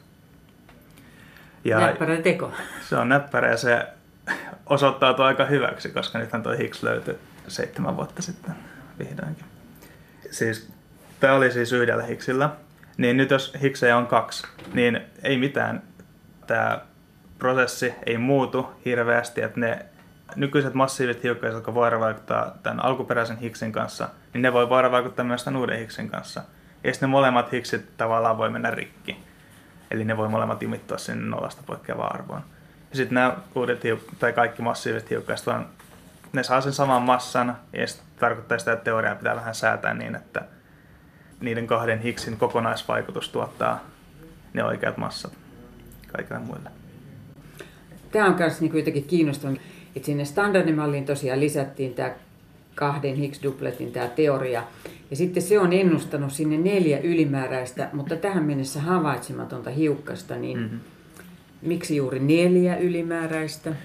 Ja näppärä teko. Se on näppärä ja se osoittautuu aika hyväksi, koska nythän tuo Higgs löytyi seitsemän vuotta sitten vihdoinkin. Siis, tämä oli siis yhdellä Higgsillä. Niin nyt jos Higgsejä on kaksi, niin ei mitään. Tämä prosessi ei muutu hirveästi, että ne nykyiset massiiviset hiukkaset, jotka vuorovaikuttaa tämän alkuperäisen Higgsin kanssa, niin ne voi vuorovaikuttaa myös tämän uuden Higgsin kanssa. Ja sitten ne molemmat Higgsit tavallaan voi mennä rikki. Eli ne voi molemmat jumittua sinne nollasta poikkeavaan arvoon. Ja sitten nämä uudet hiuk- tai kaikki massiiviset hiukkaset, vaan ne saa sen saman massan, ja se tarkoittaa sitä, että teoriaa pitää vähän säätää niin, että niiden kahden Higgsin kokonaisvaikutus tuottaa ne oikeat massat kaikille muille. Tämä on myös niin jotenkin kiinnostavaa, että sinne standardimalliin tosiaan lisättiin tämä kahden Higgs-dupletin tämä teoria. Ja sitten se on ennustanut sinne neljä ylimääräistä, mutta tähän mennessä havaitsematonta hiukkasta, niin mm-hmm. miksi juuri neljä ylimääräistä?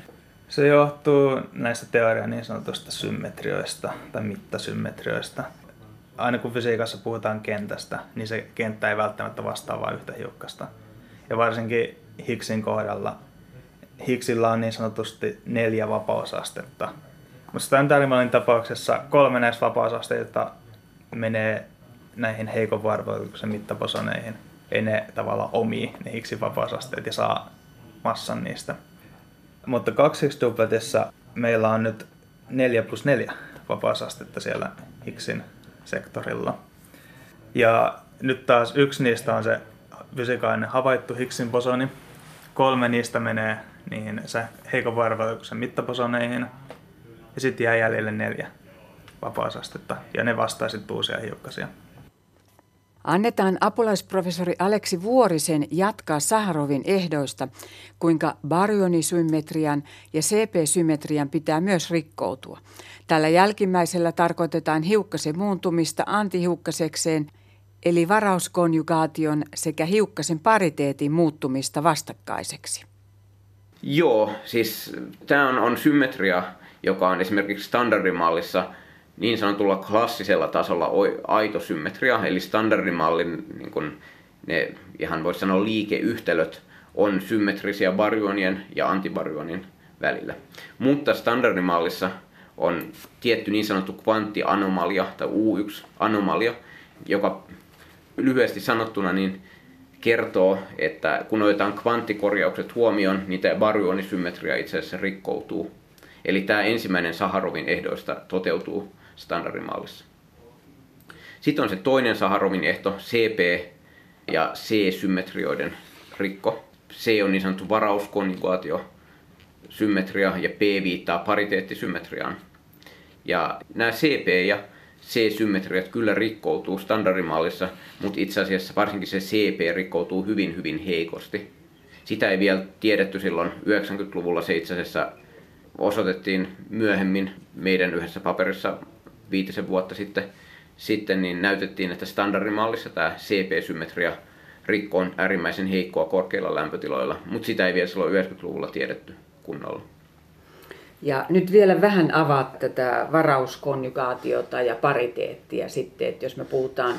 Se johtuu näistä teorian niin sanotusta symmetrioista tai mittasymmetrioista. Aina kun fysiikassa puhutaan kentästä, niin se kenttä ei välttämättä vastaa vain yhtä hiukkasta. Ja varsinkin Higgsin kohdalla, Higgsillä on niin sanotusti neljä vapausastetta. Mutta standardimallin tapauksessa kolme näistä vapausasteita menee näihin heikon vuorovaikutuksen mittabosoneihin. Ei ne tavallaan omii ne Higgsin vapausasteet ja saa massan niistä. Mutta kaksi Higgs-dupletissa meillä on nyt neljä plus neljä vapausastetta siellä Higgsin sektorilla. Ja nyt taas yksi niistä on se fysikaalinen havaittu Higgsin bosoni. Kolme niistä menee niihin heikon vuorovaikutuksen mittabosoneihin. Ja sitten jää jäljelle neljä vapausastetta. Ja ne vastaa sitten uusia hiukkasia. Annetaan apulaisprofessori Aleksi Vuorisen jatkaa Saharovin ehdoista, kuinka baryonisymmetrian ja C P-symmetrian pitää myös rikkoutua. Tällä jälkimmäisellä tarkoitetaan hiukkasen muuntumista antihiukkasekseen, eli varauskonjugaation sekä hiukkasen pariteetin muuttumista vastakkaiseksi. Joo, siis tämä on, on symmetria, joka on esimerkiksi standardimallissa niin sanotulla klassisella tasolla aito symmetria, eli standardimallin niin kun ne ihan voisi sanoa liikeyhtälöt on symmetrisiä baryonien ja antibaryonin välillä. Mutta standardimallissa on tietty niin sanottu kvanttianomalia tai U yksi-anomalia, joka lyhyesti sanottuna niin kertoo, että kun otetaan kvanttikorjaukset huomioon, niin tämä baryonisymmetria itse asiassa rikkoutuu. Eli tämä ensimmäinen Saharovin ehdoista toteutuu standardimallissa. Sitten on se toinen Saharovin ehto, C P- ja C-symmetrioiden rikko. C on niin sanottu varauskonjugaatiosymmetria ja P viittaa pariteettisymmetriaan. Ja nämä C P- ja C-symmetriat kyllä rikkoutuu standardimallissa, mutta itse asiassa varsinkin se C P rikkoutuu hyvin hyvin heikosti. Sitä ei vielä tiedetty silloin yhdeksänkymmentäluvulla, se itse asiassa osoitettiin myöhemmin meidän yhdessä paperissa viitisen vuotta sitten, sitten niin näytettiin, että standardimallissa tämä C P-symmetria rikko on äärimmäisen heikkoa korkeilla lämpötiloilla, mutta sitä ei vielä silloin yhdeksänkymmentäluvulla tiedetty kunnolla. Ja nyt vielä vähän avaat tätä varauskonjugaatiota ja pariteettia sitten, että jos me puhutaan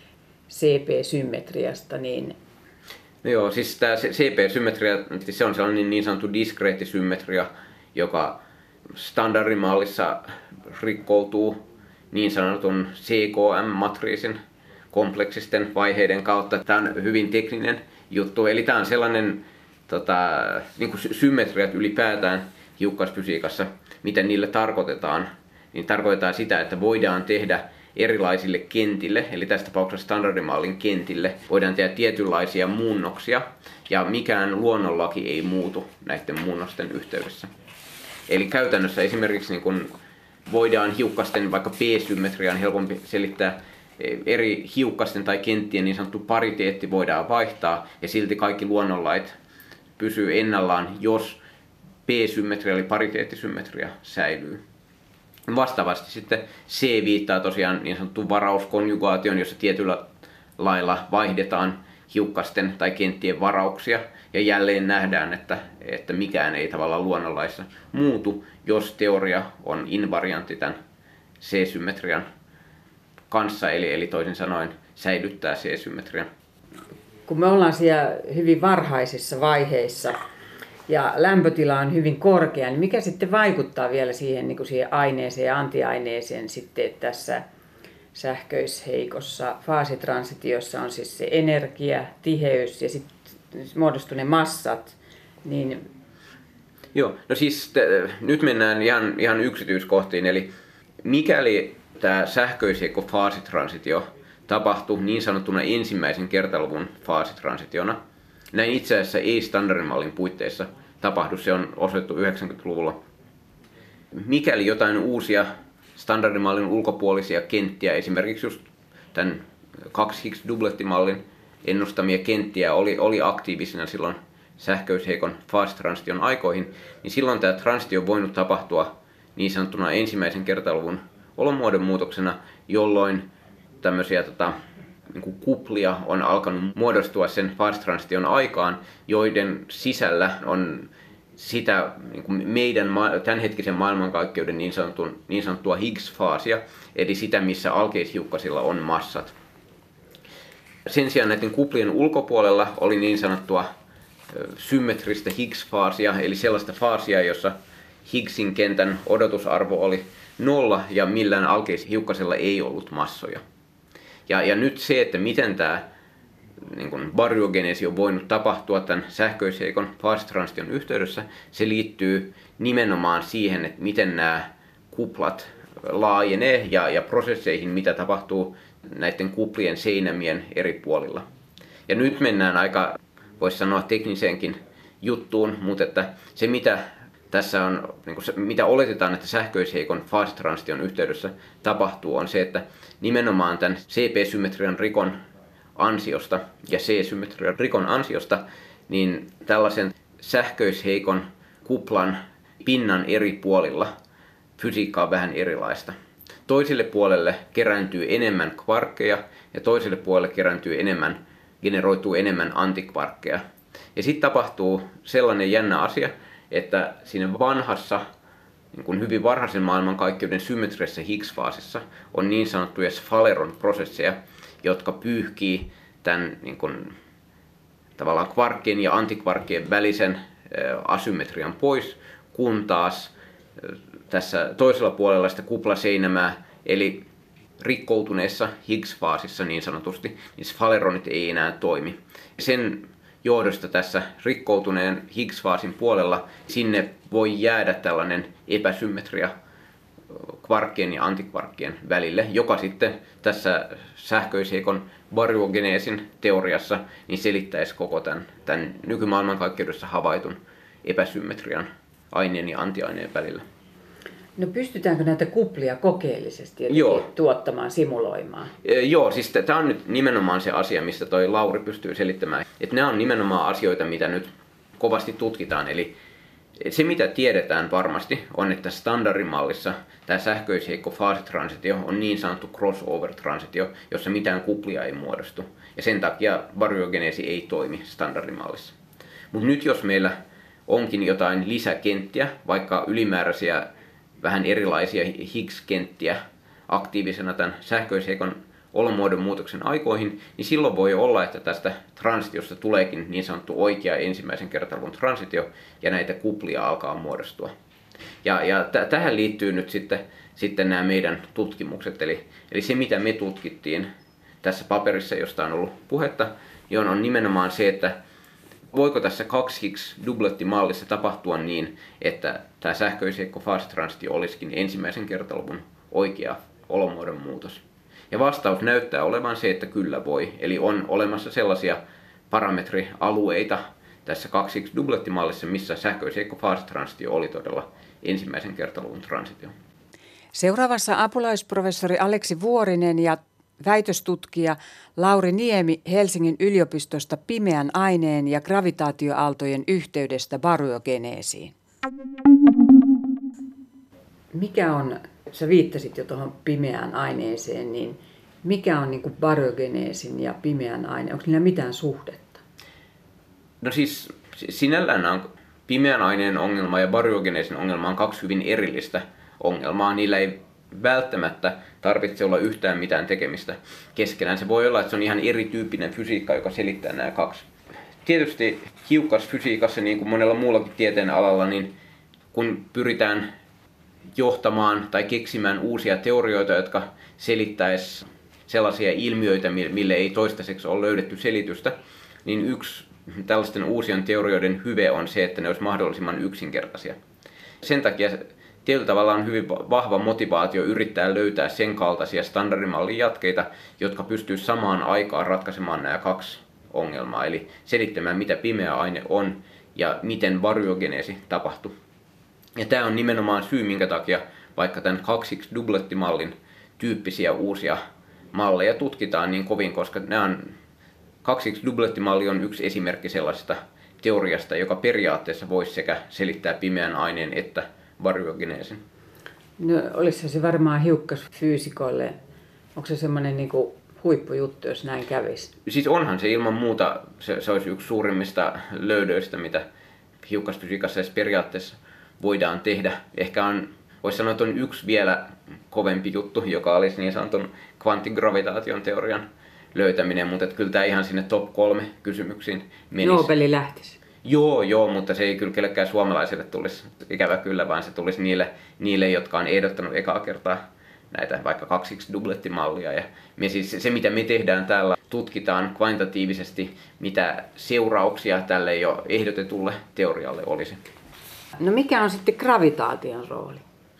C P-symmetriasta, niin... No joo, siis tämä C P-symmetria, se on sellainen niin sanottu diskreettisymmetria, joka standardimallissa rikkoutuu niin sanotun C K M-matriisin kompleksisten vaiheiden kautta. Tämä on hyvin tekninen juttu, eli tämä on sellainen tota, niin kuin symmetriat ylipäätään hiukkasfysiikassa, mitä niille tarkoitetaan, niin tarkoitetaan sitä, että voidaan tehdä erilaisille kentille, eli tässä tapauksessa standardimallin kentille, voidaan tehdä tietynlaisia muunnoksia, ja mikään luonnonlaki ei muutu näiden muunnosten yhteydessä. Eli käytännössä esimerkiksi niin kun voidaan hiukkasten, vaikka P-symmetria on helpompi selittää, eri hiukkasten tai kenttien niin sanottu pariteetti voidaan vaihtaa, ja silti kaikki luonnonlait pysyy ennallaan, jos P-symmetria eli pariteettisymmetria säilyy. Vastaavasti sitten C viittaa tosiaan niin sanottuun varauskonjugaation, jossa tietyllä lailla vaihdetaan hiukkasten tai kenttien varauksia, ja jälleen nähdään, että, että mikään ei tavallaan luonnonlaissa muutu, jos teoria on invariantti tämän C-symmetrian kanssa, eli, eli toisin sanoen säilyttää C-symmetrian. Kun me ollaan siellä hyvin varhaisissa vaiheissa ja lämpötila on hyvin korkea, niin mikä sitten vaikuttaa vielä siihen, niin kuin siihen aineeseen ja antiaineeseen sitten tässä sähköisheikossa faasitransitiossa on siis se energia, tiheys ja sitten muodostuu ne massat, niin... Joo, no siis t- nyt mennään ihan, ihan yksityiskohtiin, eli mikäli tämä sähköisheikko faasitransitio tapahtuu niin sanottuna ensimmäisen kertaluvun faasitransitiona, näin itse asiassa ei standardimallin puitteissa tapahdu, se on osoitettu yhdeksänkymmentäluvulla. Mikäli jotain uusia standardimallin ulkopuolisia kenttiä, esimerkiksi just tämän kaksi Higgs-dublettimallin ennustamia kenttiä oli, oli aktiivisina silloin sähköisheikon faasitransition aikoihin, niin silloin tämä transitio on voinut tapahtua niin sanottuna ensimmäisen kertaluvun olomuodon muutoksena, jolloin tämmöisiä tota, niin kuin kuplia on alkanut muodostua sen faasitransition aikaan, joiden sisällä on sitä niin kuin meidän tämänhetkisen maailmankaikkeuden niin, sanotun, niin sanottua Higgs-faasia, eli sitä, missä alkeishiukkasilla on massat. Sen sijaan näiden kuplien ulkopuolella oli niin sanottua symmetristä Higgs-faasia, eli sellaista faasia, jossa Higgsin kentän odotusarvo oli nolla ja millään alkeishiukkasella ei ollut massoja. Ja, ja nyt se, että miten tämä niin kuin baryogeneesi on voinut tapahtua tämän sähköisheikon faasitransition yhteydessä, se liittyy nimenomaan siihen, että miten nämä kuplat laajenee ja, ja prosesseihin, mitä tapahtuu näiden kuplien seinämien eri puolilla. Ja nyt mennään aika, voisi sanoa, tekniseenkin juttuun, mutta että se mitä tässä on, niin kuin se, mitä oletetaan, että sähköisheikon faasitransition yhteydessä tapahtuu, on se, että nimenomaan tämän C P-symmetrian rikon ansiosta ja C-symmetrian rikon ansiosta, niin tällaisen sähköisheikon kuplan pinnan eri puolilla fysiikka on vähän erilaista. Toiselle puolelle kerääntyy enemmän kvarkkeja ja toiselle puolelle kerääntyy enemmän, generoituu enemmän antikvarkkeja. Ja sitten tapahtuu sellainen jännä asia, että siinä vanhassa, niin kuin hyvin varhaisen maailmankaikkeuden symmetrisessä Higgs-faasissa on niin sanottuja Sphaleron-prosesseja, jotka pyyhkii tämän niin kuin, tavallaan kvarkkien ja antikvarkkien välisen asymmetrian pois, kun taas tässä toisella puolella sitä kuplaseinämää, eli rikkoutuneessa Higgs-faasissa niin sanotusti, niin Sphaleronit ei enää toimi. Sen johdosta tässä rikkoutuneen Higgs-faasin puolella sinne voi jäädä tällainen epäsymmetria kvarkkien ja antikvarkkien välille, joka sitten tässä sähköisheikon baryogeneesin teoriassa niin selittäisi koko tämän, tämän nykymaailmankaikkeudessa havaitun epäsymmetrian aineen ja antiaineen välillä. No pystytäänkö näitä kuplia kokeellisesti Joo. tuottamaan, simuloimaan? E, joo, siis tämä on nyt nimenomaan se asia, mistä toi Lauri pystyy selittämään. Että nämä on nimenomaan asioita, mitä nyt kovasti tutkitaan. Eli se, mitä tiedetään varmasti, on, että standardimallissa tämä sähköisheikko faasitransitio on niin sanottu crossover-transitio, jossa mitään kuplia ei muodostu. Ja sen takia baryogeneesi ei toimi standardimallissa. Mutta nyt jos meillä onkin jotain lisäkenttiä, vaikka ylimääräisiä vähän erilaisia Higgs-kenttiä aktiivisena tämän sähköisheikon olomuodon muutoksen aikoihin, niin silloin voi olla, että tästä transitiosta tuleekin niin sanottu oikea ensimmäisen kertaluvun transitio, ja näitä kuplia alkaa muodostua. Ja, ja t- tähän liittyy nyt sitten, sitten nämä meidän tutkimukset, eli, eli se mitä me tutkittiin tässä paperissa, josta on ollut puhetta, niin on, on nimenomaan se, että voiko tässä kaksi Higgs-dublettimallissa tapahtua niin, että tämä sähköisheikko faasitransitio olisikin ensimmäisen kertaluvun oikea olomuodon muutos. Ja vastaus näyttää olevan se, että kyllä voi. Eli on olemassa sellaisia parametrialueita tässä kaksi Higgs-dublettimallissa, missä sähköisheikko faasitransitio oli todella ensimmäisen kertaluvun transitio. Seuraavassa apulaisprofessori Aleksi Vuorinen ja väitöstutkija Lauri Niemi Helsingin yliopistosta pimeän aineen ja gravitaatioaaltojen yhteydestä baryogeneesiin. Mikä on, sä viittasit jo tuohon pimeään aineeseen, niin mikä on niin kuin baryogeneesin ja pimeän aineen? Onko niillä mitään suhdetta? No siis sinällään on pimeän aineen ongelma ja baryogeneesin ongelma on kaksi hyvin erillistä ongelmaa. Niillä ei välttämättä tarvitse olla yhtään mitään tekemistä keskenään. Se voi olla, että se on ihan erityyppinen fysiikka, joka selittää nämä kaksi. Tietysti hiukkasfysiikassa, niin kuin monella muullakin tieteen alalla, niin kun pyritään johtamaan tai keksimään uusia teorioita, jotka selittäisi sellaisia ilmiöitä, mille ei toistaiseksi ole löydetty selitystä, niin yksi tällaisten uusien teorioiden hyve on se, että ne olisi mahdollisimman yksinkertaisia. Sen takia tietyllä tavalla on hyvin vahva motivaatio yrittää löytää sen kaltaisia standardimallin jatkeita, jotka pystyy samaan aikaan ratkaisemaan nämä kaksi ongelmaa, eli selittämään mitä pimeä aine on ja miten baryogeneesi tapahtuu. Ja tämä on nimenomaan syy, minkä takia vaikka tämän kaksi Higgs-dublettimallin tyyppisiä uusia malleja tutkitaan niin kovin, koska nämä on, kaksi Higgs-dublettimalli on yksi esimerkki sellaisesta teoriasta, joka periaatteessa voisi sekä selittää pimeän aineen että baryogeneesin. No olisi se varmaan hiukkasfyysikoille, onko se semmoinen niin kuin huippujuttu, jos näin kävisi? Siis onhan se ilman muuta, se, se olisi yksi suurimmista löydöistä, mitä hiukkasfysiikassa edes periaatteessa voidaan tehdä. Ehkä on, voisi sanoa, että on yksi vielä kovempi juttu, joka olisi niin sanotun kvanttigravitaation teorian löytäminen, mutta kyllä tämä ihan sinne top kolme kysymyksiin menisi. Nobeli lähtisi. Joo, joo, mutta se ei kyllä kellekään suomalaisille tulisi ikävä kyllä, vaan se tulisi niille, niille jotka on ehdottanut ekaa kertaa näitä vaikka kaksi dublettimallia. Ja me siis, se, mitä me tehdään täällä, tutkitaan kvantitatiivisesti, mitä seurauksia tälle jo ehdotetulle teorialle olisi. No mikä on sitten gravitaation rooli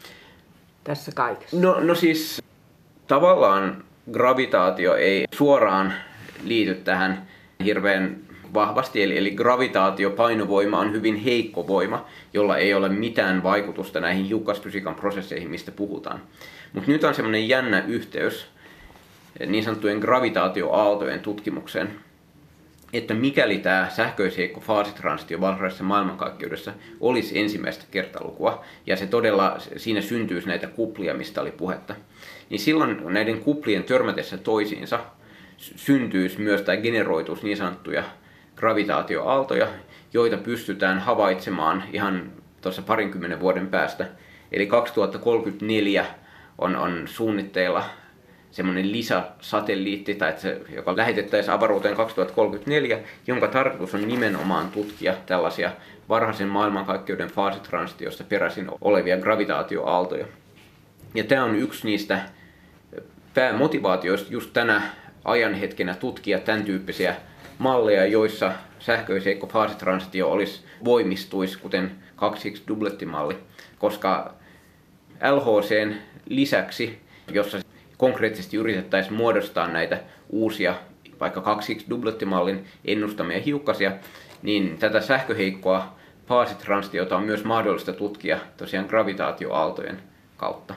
tässä kaikessa? No, no siis tavallaan gravitaatio ei suoraan liity tähän hirveän vahvasti, eli, eli gravitaatiopainovoima on hyvin heikko voima, jolla ei ole mitään vaikutusta näihin hiukkasfysiikan prosesseihin, mistä puhutaan. Mutta nyt on semmoinen jännä yhteys niin sanottujen gravitaatioaaltojen tutkimukseen, että mikäli tämä sähköisheikko faasitransitio varhaisessa maailmankaikkeudessa olisi ensimmäistä kertalukua, ja se todella, siinä syntyisi näitä kuplia, mistä oli puhetta, niin silloin näiden kuplien törmätessä toisiinsa syntyisi myös tai generoituisi niin sanottuja gravitaatioaaltoja, joita pystytään havaitsemaan ihan tuossa parinkymmenen vuoden päästä. Eli kaksituhattakolmekymmentäneljä on, on suunnitteilla semmoinen lisäsatelliitti, tai se, joka lähetettäisiin avaruuteen kaksituhattakolmekymmentäneljä, jonka tarkoitus on nimenomaan tutkia tällaisia varhaisen maailmankaikkeuden faasitransitiosta peräisin olevia gravitaatioaaltoja. Ja tämä on yksi niistä päämotivaatioista just tänä ajanhetkenä tutkia tämän tyyppisiä malleja, joissa sähköisheikko faasitransitio olisi voimistuisi, kuten kaksi dublettimalli, koska L H C:n lisäksi, jossa konkreettisesti yritettäisiin muodostaa näitä uusia, vaikka kaksi dublettimallin ennustamia hiukkasia, niin tätä sähköheikkoa faasitransitiota on myös mahdollista tutkia tosiaan gravitaatioaaltojen kautta.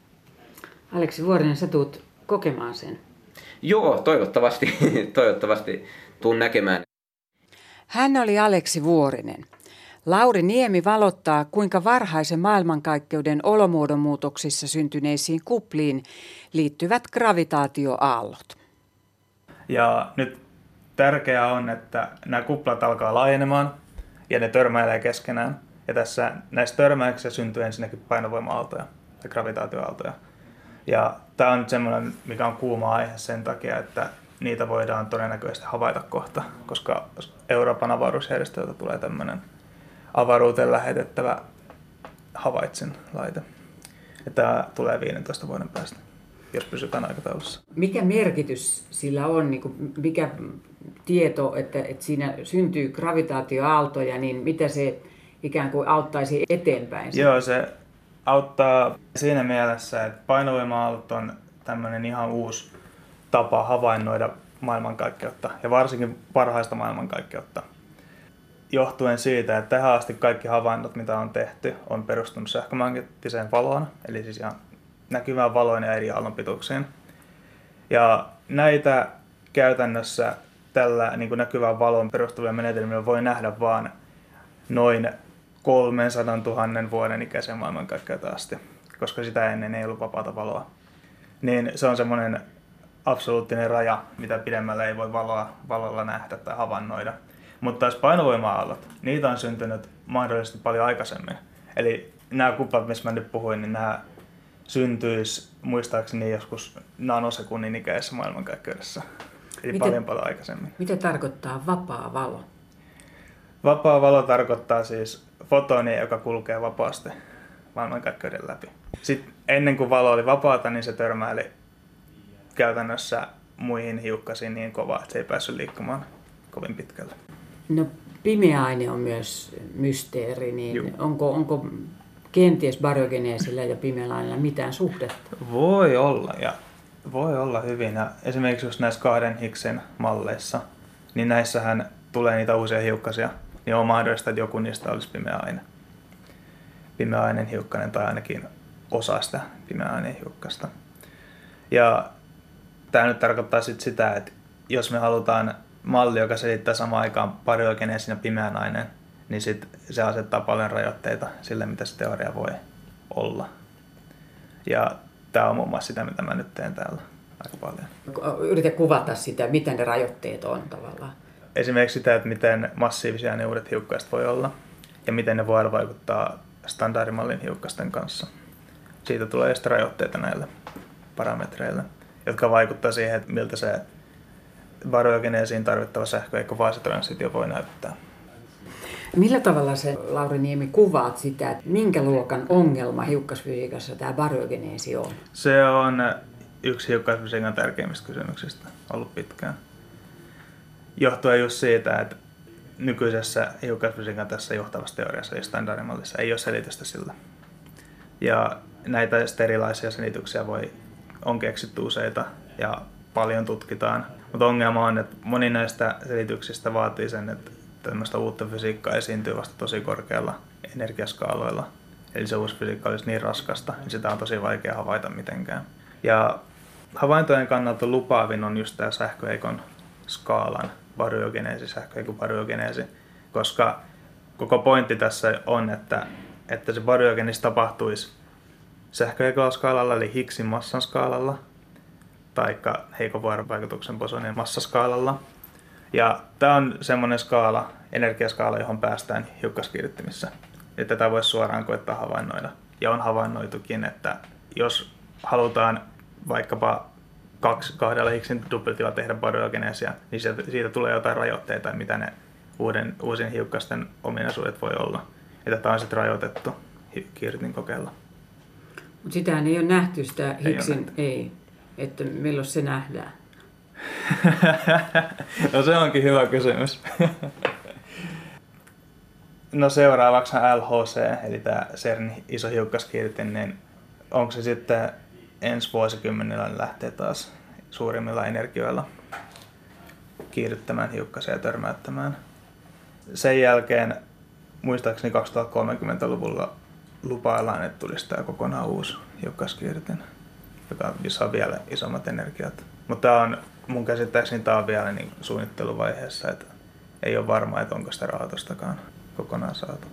Aleksi Vuorinen, sä tuut kokemaan sen. Joo, toivottavasti, toivottavasti tuun näkemään. Hän oli Aleksi Vuorinen. Lauri Niemi valottaa, kuinka varhaisen maailmankaikkeuden olomuodon muutoksissa syntyneisiin kupliin liittyvät gravitaatioaallot. Ja nyt tärkeää on, että nämä kuplat alkaa laajenemaan ja ne törmäilee keskenään. Ja tässä näissä törmäyksissä syntyy ensinnäkin painovoima-aaltoja ja gravitaatioaaltoja. Ja tämä on nyt semmoinen, mikä on kuuma aihe sen takia, että niitä voidaan todennäköisesti havaita kohta, koska Euroopan avaruusjärjestöltä tulee tämmöinen avaruuteen lähetettävä havaitsinlaite. Ja tämä tulee viidentoista vuoden päästä, jos pysytään aikataulussa. Mikä merkitys sillä on, niin kuin mikä tieto, että, että siinä syntyy gravitaatioaaltoja, niin mitä se ikään kuin auttaisi eteenpäin? Joo, se auttaa siinä mielessä, että painovoima-aallot on tämmöinen ihan uusi tapa havainnoida maailmankaikkeutta ja varsinkin varhaista maailmankaikkeutta. Johtuen siitä, että tähän asti kaikki havainnot, mitä on tehty, on perustunut sähkömagneettiseen valoon, eli siis ihan näkyvään valoon ja eri aallonpituuksiin. Ja näitä käytännössä tällä niin kuin näkyvään valoon perustuvia menetelmiä voi nähdä vain noin kolmesataatuhatta vuoden ikäisen maailmankaikkeuteen asti, koska sitä ennen ei ollut vapaata valoa. Niin se on semmoinen absoluuttinen raja, mitä pidemmällä ei voi valoa, valolla nähdä tai havainnoida. Mutta taas painovoima-aallot, niitä on syntynyt mahdollisesti paljon aikaisemmin. Eli nämä kuplat, missä mä nyt puhuin, niin nämä syntyisi muistaakseni joskus nanosekunnin ikäisessä maailmankaikkeudessa. Eli mitä, paljon paljon aikaisemmin. Mitä tarkoittaa vapaa valo? Vapaa valo tarkoittaa siis fotonia, joka kulkee vapaasti maailmankaikkeuden läpi. Sitten ennen kuin valo oli vapaata, niin se törmäili käytännössä muihin hiukkasiin niin kovaa, että se ei päässyt liikkumaan kovin pitkälle. No pimeä aine on myös mysteeri, niin onko, onko kenties baryogeneesillä ja pimeällä aineella mitään suhdetta? Voi olla ja voi olla hyvin. Ja esimerkiksi just näissä kahden Higgsin malleissa, niin näissähän tulee niitä uusia hiukkasia, niin on mahdollista, että joku niistä olisi pimeä aine. Pimeä aineen hiukkanen tai ainakin osa sitä pimeä aineen hiukkasta. Ja tämä nyt tarkoittaa sit sitä, että jos me halutaan malli, joka selittää samaan aikaan baryogeneesin ja pimeän aineen, niin sit se asettaa paljon rajoitteita sille, mitä se teoria voi olla. Ja tämä on muun muassa sitä, mitä mä nyt teen täällä aika paljon. Yritä kuvata sitä, mitä ne rajoitteet on tavallaan. Esimerkiksi sitä, että miten massiivisia ne uudet hiukkaiset voi olla. ja miten ne voivat vaikuttaa standardimallin hiukkasten kanssa. Siitä tulee sitten rajoitteita näille parametreille, jotka vaikuttaa siihen, että miltä se baryogeneesiin tarvittava sähköeikofaasitransitio voi näyttää. Millä tavalla se, Lauri Niemi, kuvaat sitä, että minkä luokan ongelma hiukkasfysiikassa tämä baryogeneesi on? Se on yksi hiukkasfysiikan tärkeimmistä kysymyksistä ollut pitkään. Johtuen just siitä, että nykyisessä hiukkasfysiikan tässä johtavassa teoriassa eli standardimallissa ei ole selitystä sillä. Ja näitä erilaisia selityksiä voi, on keksitty useita ja paljon tutkitaan. Mutta ongelma on, että moni näistä selityksistä vaatii sen, että tämmöistä uutta fysiikkaa esiintyy vasta tosi korkealla energiaskaaloilla. Eli se uusi fysiikka olisi niin raskasta, niin sitä on tosi vaikea havaita mitenkään. Ja havaintojen kannalta lupaavin on just tämä sähköeikon skaalan baryogeneesi, sähköeikon baryogeneesi, koska koko pointti tässä on, että, että se baryogeneesi tapahtuisi sähköeikon skaalalla, eli Higgsin massan skaalalla, tai heikon vuorovaikutuksen bosonien massaskaalalla. Ja tämä on semmoinen skaala, energiaskaala, johon päästään hiukkaskiihdyttimissä. Ja tätä voisi suoraan koettaa havainnoida. Ja on havainnoitukin, että jos halutaan vaikkapa kaksi, kahdella Higgsin duplitilla tehdä baryogeneesia, niin siitä, siitä tulee jotain rajoitteita, mitä ne uuden, uusien hiukkasten ominaisuudet voi olla. Ja tätä on sitten rajoitettu kiihdytin kokeilla. Mutta sitähän ei ole nähty sitä Higgsin, ei, ei, että milloin se nähdään? No se onkin hyvä kysymys. No seuraavaksi L H C, eli tämä CERNin iso hiukkaskiihdytin, niin onko se sitten ensi vuosikymmenellä lähtee taas suurimmilla energioilla kiihdyttämään hiukkasia ja törmäyttämään. Sen jälkeen muistaakseni kaksituhattakolmekymmentäluvulla lupaillaan, että tulisi tämä kokonaan uusi hiukkaskiihdytin, joka saa vielä isommat energiat. Mutta on, mun käsittääkseni tämä on vielä niin suunnitteluvaiheessa, että ei ole varma, että onko sitä rahoitustakaan kokonaan saatu.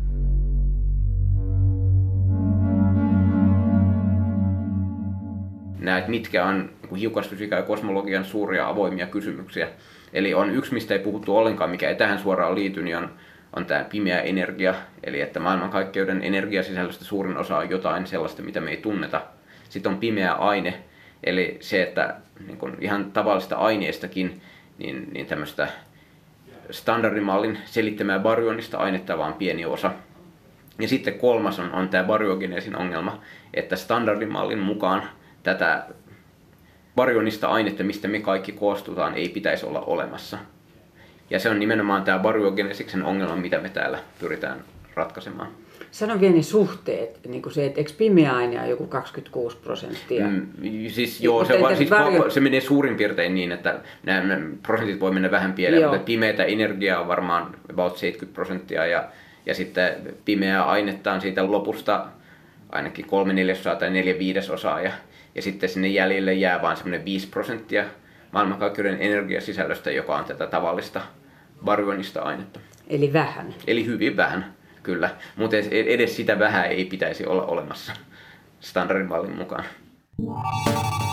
Näet, mitkä on hiukkasfysiikan ja kosmologian suuria avoimia kysymyksiä. Eli on yksi, mistä ei puhuttu ollenkaan, mikä ei tähän suoraan liity, niin on, on tämä pimeä energia. Eli että maailmankaikkeuden energiasisällöstä suurin osa on jotain sellaista, mitä me ei tunneta. Sitten on pimeä aine, eli se, että niin kun ihan tavallista aineestakin, niin, niin tämmöistä standardimallin selittämää baryonista ainetta vaan pieni osa. Ja sitten kolmas on, on tämä baryogeneesin ongelma, että standardimallin mukaan tätä baryonista ainetta, mistä me kaikki koostutaan, ei pitäisi olla olemassa. Ja se on nimenomaan tämä baryogeneesiksen ongelma, mitä me täällä pyritään ratkaisemaan. Sano vielä ne suhteet, niin kuin se, että eikö pimeä aine on joku kaksikymmentäkuusi prosenttia? Mm, siis joo, se, va, siis varjo... se menee suurin piirtein niin, että nämä prosentit voi mennä vähän pieleen, joo. Mutta pimeätä energiaa on varmaan about seitsemänkymmentä prosenttia ja, ja sitten pimeää ainetta on siitä lopusta ainakin kolme neljäsosaa tai neljä viidesosaa ja, ja sitten sinne jäljelle jää vain semmoinen viisi prosenttia maailmankaikkeuden energiasisällöstä, joka on tätä tavallista baryonista ainetta. Eli vähän. Eli hyvin vähän. Kyllä, mutta edes sitä vähän ei pitäisi olla olemassa standardimallin mukaan.